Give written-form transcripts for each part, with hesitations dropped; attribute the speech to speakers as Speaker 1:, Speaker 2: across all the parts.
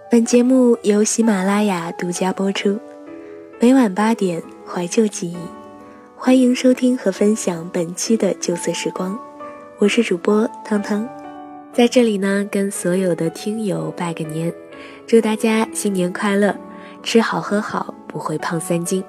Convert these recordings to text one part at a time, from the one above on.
Speaker 1: 本节目由喜马拉雅独家播出，每晚8点怀旧记忆，欢迎收听和分享本期的旧色时光，我是主播汤汤，在这里呢跟所有的听友拜个年，祝大家新年快乐，吃好喝好，不会胖3斤。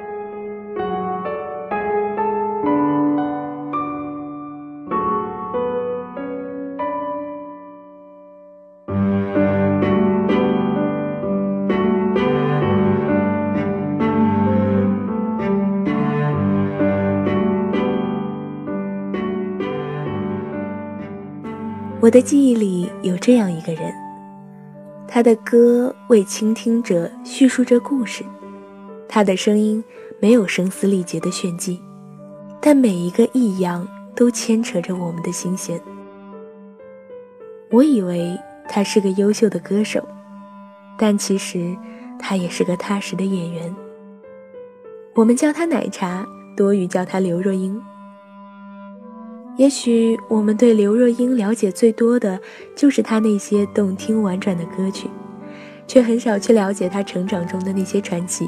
Speaker 1: 我的记忆里有这样一个人，他的歌为倾听者叙述着故事，他的声音没有声嘶力竭的炫技，但每一个异样都牵扯着我们的心弦。我以为他是个优秀的歌手，但其实他也是个踏实的演员。我们叫他奶茶，多于叫他刘若英。也许我们对刘若英了解最多的就是她那些动听婉转的歌曲，却很少去了解她成长中的那些传奇。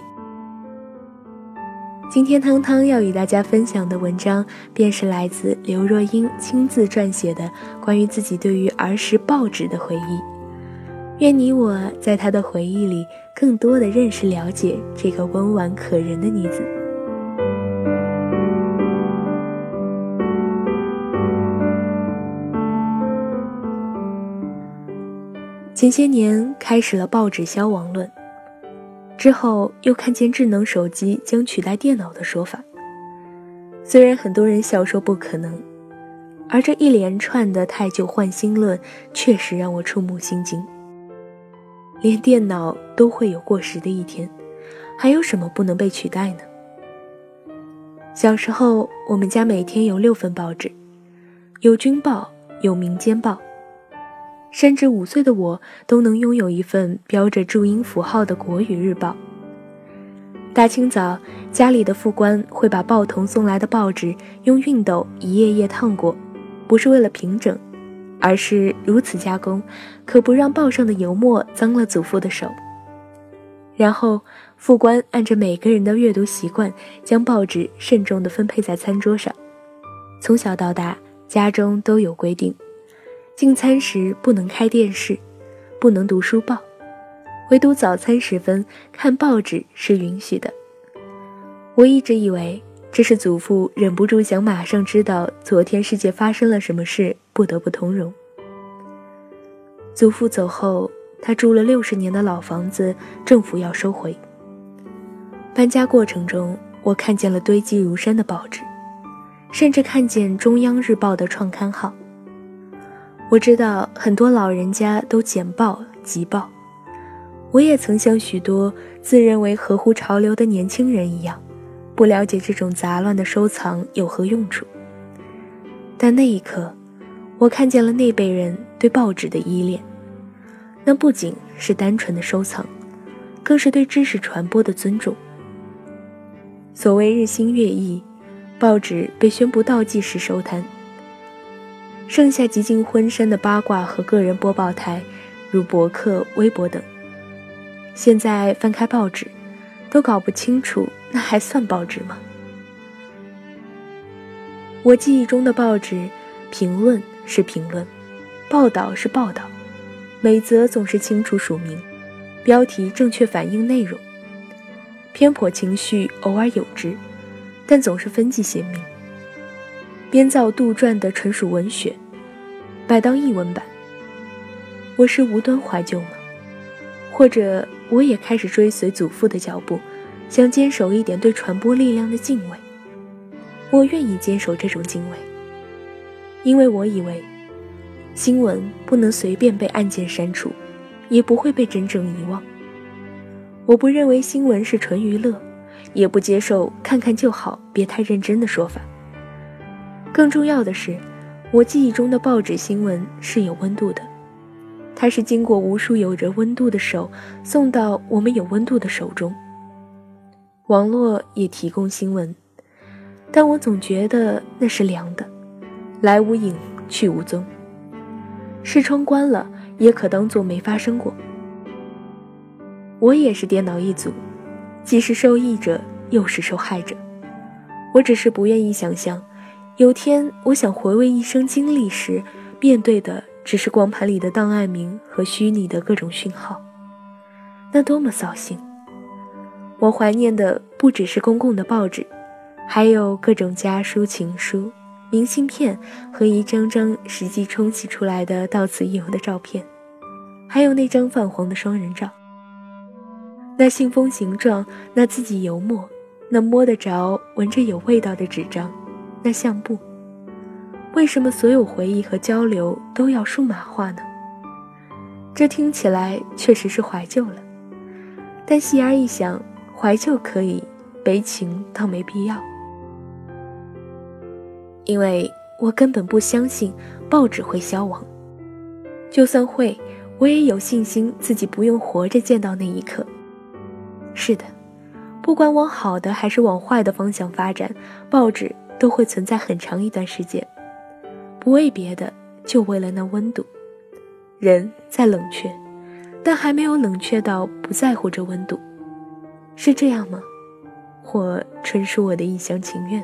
Speaker 1: 今天汤汤要与大家分享的文章便是来自刘若英亲自撰写的关于自己对于儿时报纸的回忆。愿你我在她的回忆里更多的认识了解这个温婉可人的女子。前些年开始了报纸消亡论，之后又看见智能手机将取代电脑的说法。虽然很多人笑说不可能，而这一连串的汰旧换新论确实让我触目心惊。连电脑都会有过时的一天，还有什么不能被取代呢？小时候我们家每天有6份报纸，有军报，有民间报，甚至5岁的我都能拥有一份标着注音符号的国语日报。大清早，家里的副官会把报童送来的报纸用熨斗一页页烫过，不是为了平整，而是如此加工，可不让报上的油墨脏了祖父的手。然后副官按着每个人的阅读习惯，将报纸慎重地分配在餐桌上。从小到大，家中都有规定，进餐时不能开电视，不能读书报，唯独早餐时分看报纸是允许的。我一直以为这是祖父忍不住想马上知道昨天世界发生了什么事，不得不通融。祖父走后，他住了60年的老房子，政府要收回。搬家过程中，我看见了堆积如山的报纸，甚至看见中央日报的创刊号。我知道很多老人家都捡报集报，我也曾像许多自认为合乎潮流的年轻人一样，不了解这种杂乱的收藏有何用处。但那一刻，我看见了那辈人对报纸的依恋，那不仅是单纯的收藏，更是对知识传播的尊重。所谓日新月异，报纸被宣布倒计时收摊，剩下极尽昏山的八卦和个人播报台，如博客、微博等。现在翻开报纸，都搞不清楚那还算报纸吗？我记忆中的报纸，评论是评论，报道是报道，每则总是清楚署名，标题正确反映内容，偏颇情绪偶尔有之，但总是分际鲜明。编造杜撰的纯属文学，摆到译文版。我是无端怀旧吗？或者我也开始追随祖父的脚步，想坚守一点对传播力量的敬畏。我愿意坚守这种敬畏，因为我以为新闻不能随便被按键删除，也不会被真正遗忘。我不认为新闻是纯娱乐，也不接受看看就好，别太认真的说法。更重要的是，我记忆中的报纸新闻是有温度的，它是经过无数有着温度的手送到我们有温度的手中。网络也提供新闻，但我总觉得那是凉的，来无影去无踪。视窗关了，也可当作没发生过。 我也是电脑一族，既是受益者又是受害者。我只是不愿意想象，有天我想回味一生经历时，面对的只是光盘里的档案名和虚拟的各种讯号，那多么扫兴。我怀念的不只是公共的报纸，还有各种家书、情书、明信片和一张张实际冲洗出来的到此一游的照片，还有那张泛黄的双人照。那信封形状，那字迹油墨，那摸得着闻着有味道的纸张，那相簿。为什么所有回忆和交流都要数码化呢？这听起来确实是怀旧了，但细而一想，怀旧可以，悲情倒没必要。因为我根本不相信报纸会消亡，就算会，我也有信心自己不用活着见到那一刻。是的，不管往好的还是往坏的方向发展，报纸都会存在很长一段时间，不为别的，就为了那温度。人在冷却，但还没有冷却到不在乎这温度，是这样吗？或纯属我的一厢情愿？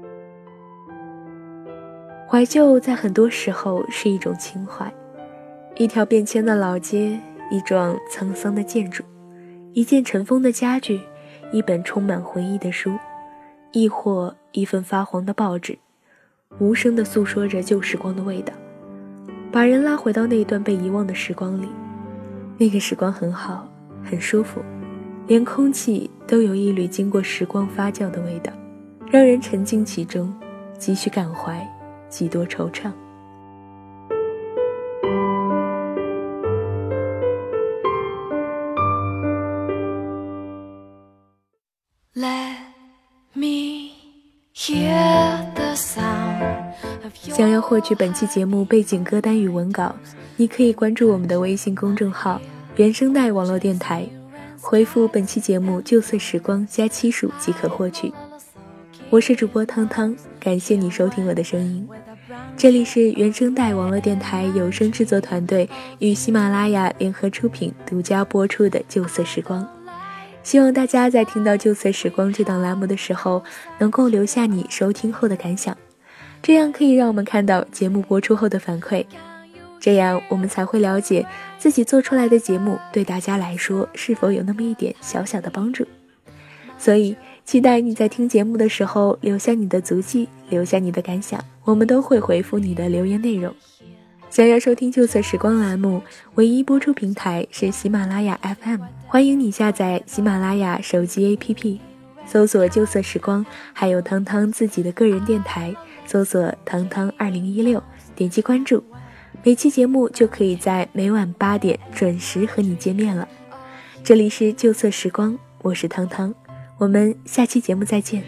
Speaker 1: 怀旧在很多时候是一种情怀，一条变迁的老街，一幢沧桑的建筑，一件尘封的家具，一本充满回忆的书，亦或一份发黄的报纸，无声地诉说着旧时光的味道，把人拉回到那段被遗忘的时光里。那个时光很好，很舒服，连空气都有一缕经过时光发酵的味道，让人沉浸其中，几许感怀，几多惆怅。想要获取本期节目背景歌单与文稿，你可以关注我们的微信公众号原声带网络电台，回复本期节目旧色时光加期数即可获取。我是主播汤汤，感谢你收听我的声音。这里是原声带网络电台有声制作团队与喜马拉雅联合出品独家播出的旧色时光。希望大家在听到旧色时光这档栏目的时候，能够留下你收听后的感想，这样可以让我们看到节目播出后的反馈，这样我们才会了解自己做出来的节目对大家来说是否有那么一点小小的帮助。所以期待你在听节目的时候留下你的足迹，留下你的感想，我们都会回复你的留言内容。想要收听旧色时光栏目，唯一播出平台是喜马拉雅 FM， 欢迎你下载喜马拉雅手机 APP， 搜索旧色时光，还有汤汤自己的个人电台，搜索汤汤2016，点击关注，每期节目就可以在每晚8点准时和你见面了。这里是旧色时光，我是汤汤，我们下期节目再见。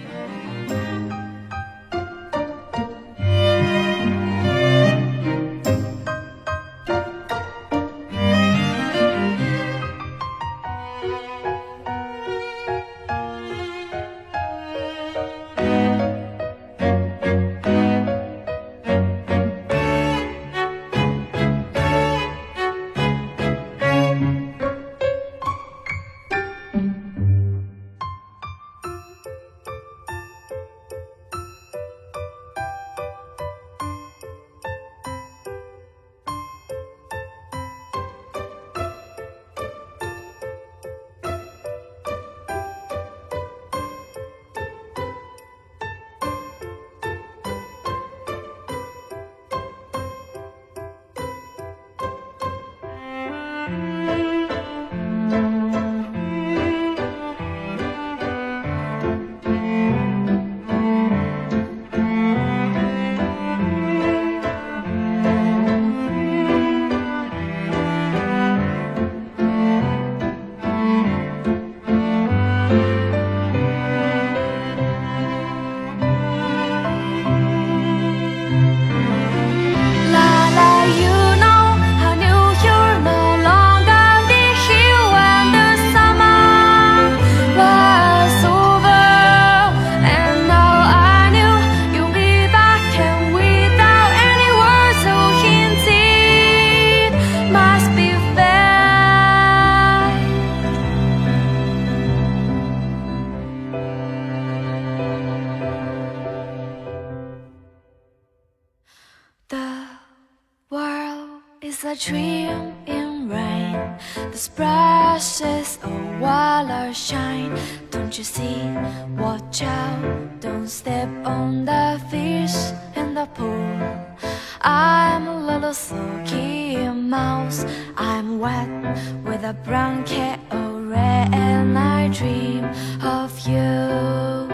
Speaker 2: is a dream in rain. The splashes of water shine. Don't you see? Watch out, don't step on the fish in the pool. I'm a little sulky mouse. I'm wet with a brown cat or red, and I dream of you.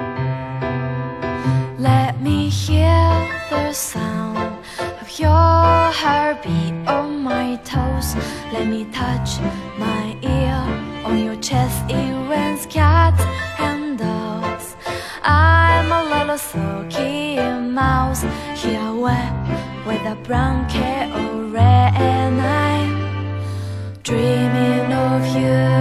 Speaker 2: Let me hear the sound of your heartbeat on my toes. Let me touch my ear on your chest. It rains cats and dogs. I'm a little sulky mouse here wet with a brown cat or red, and I'm dreaming of you.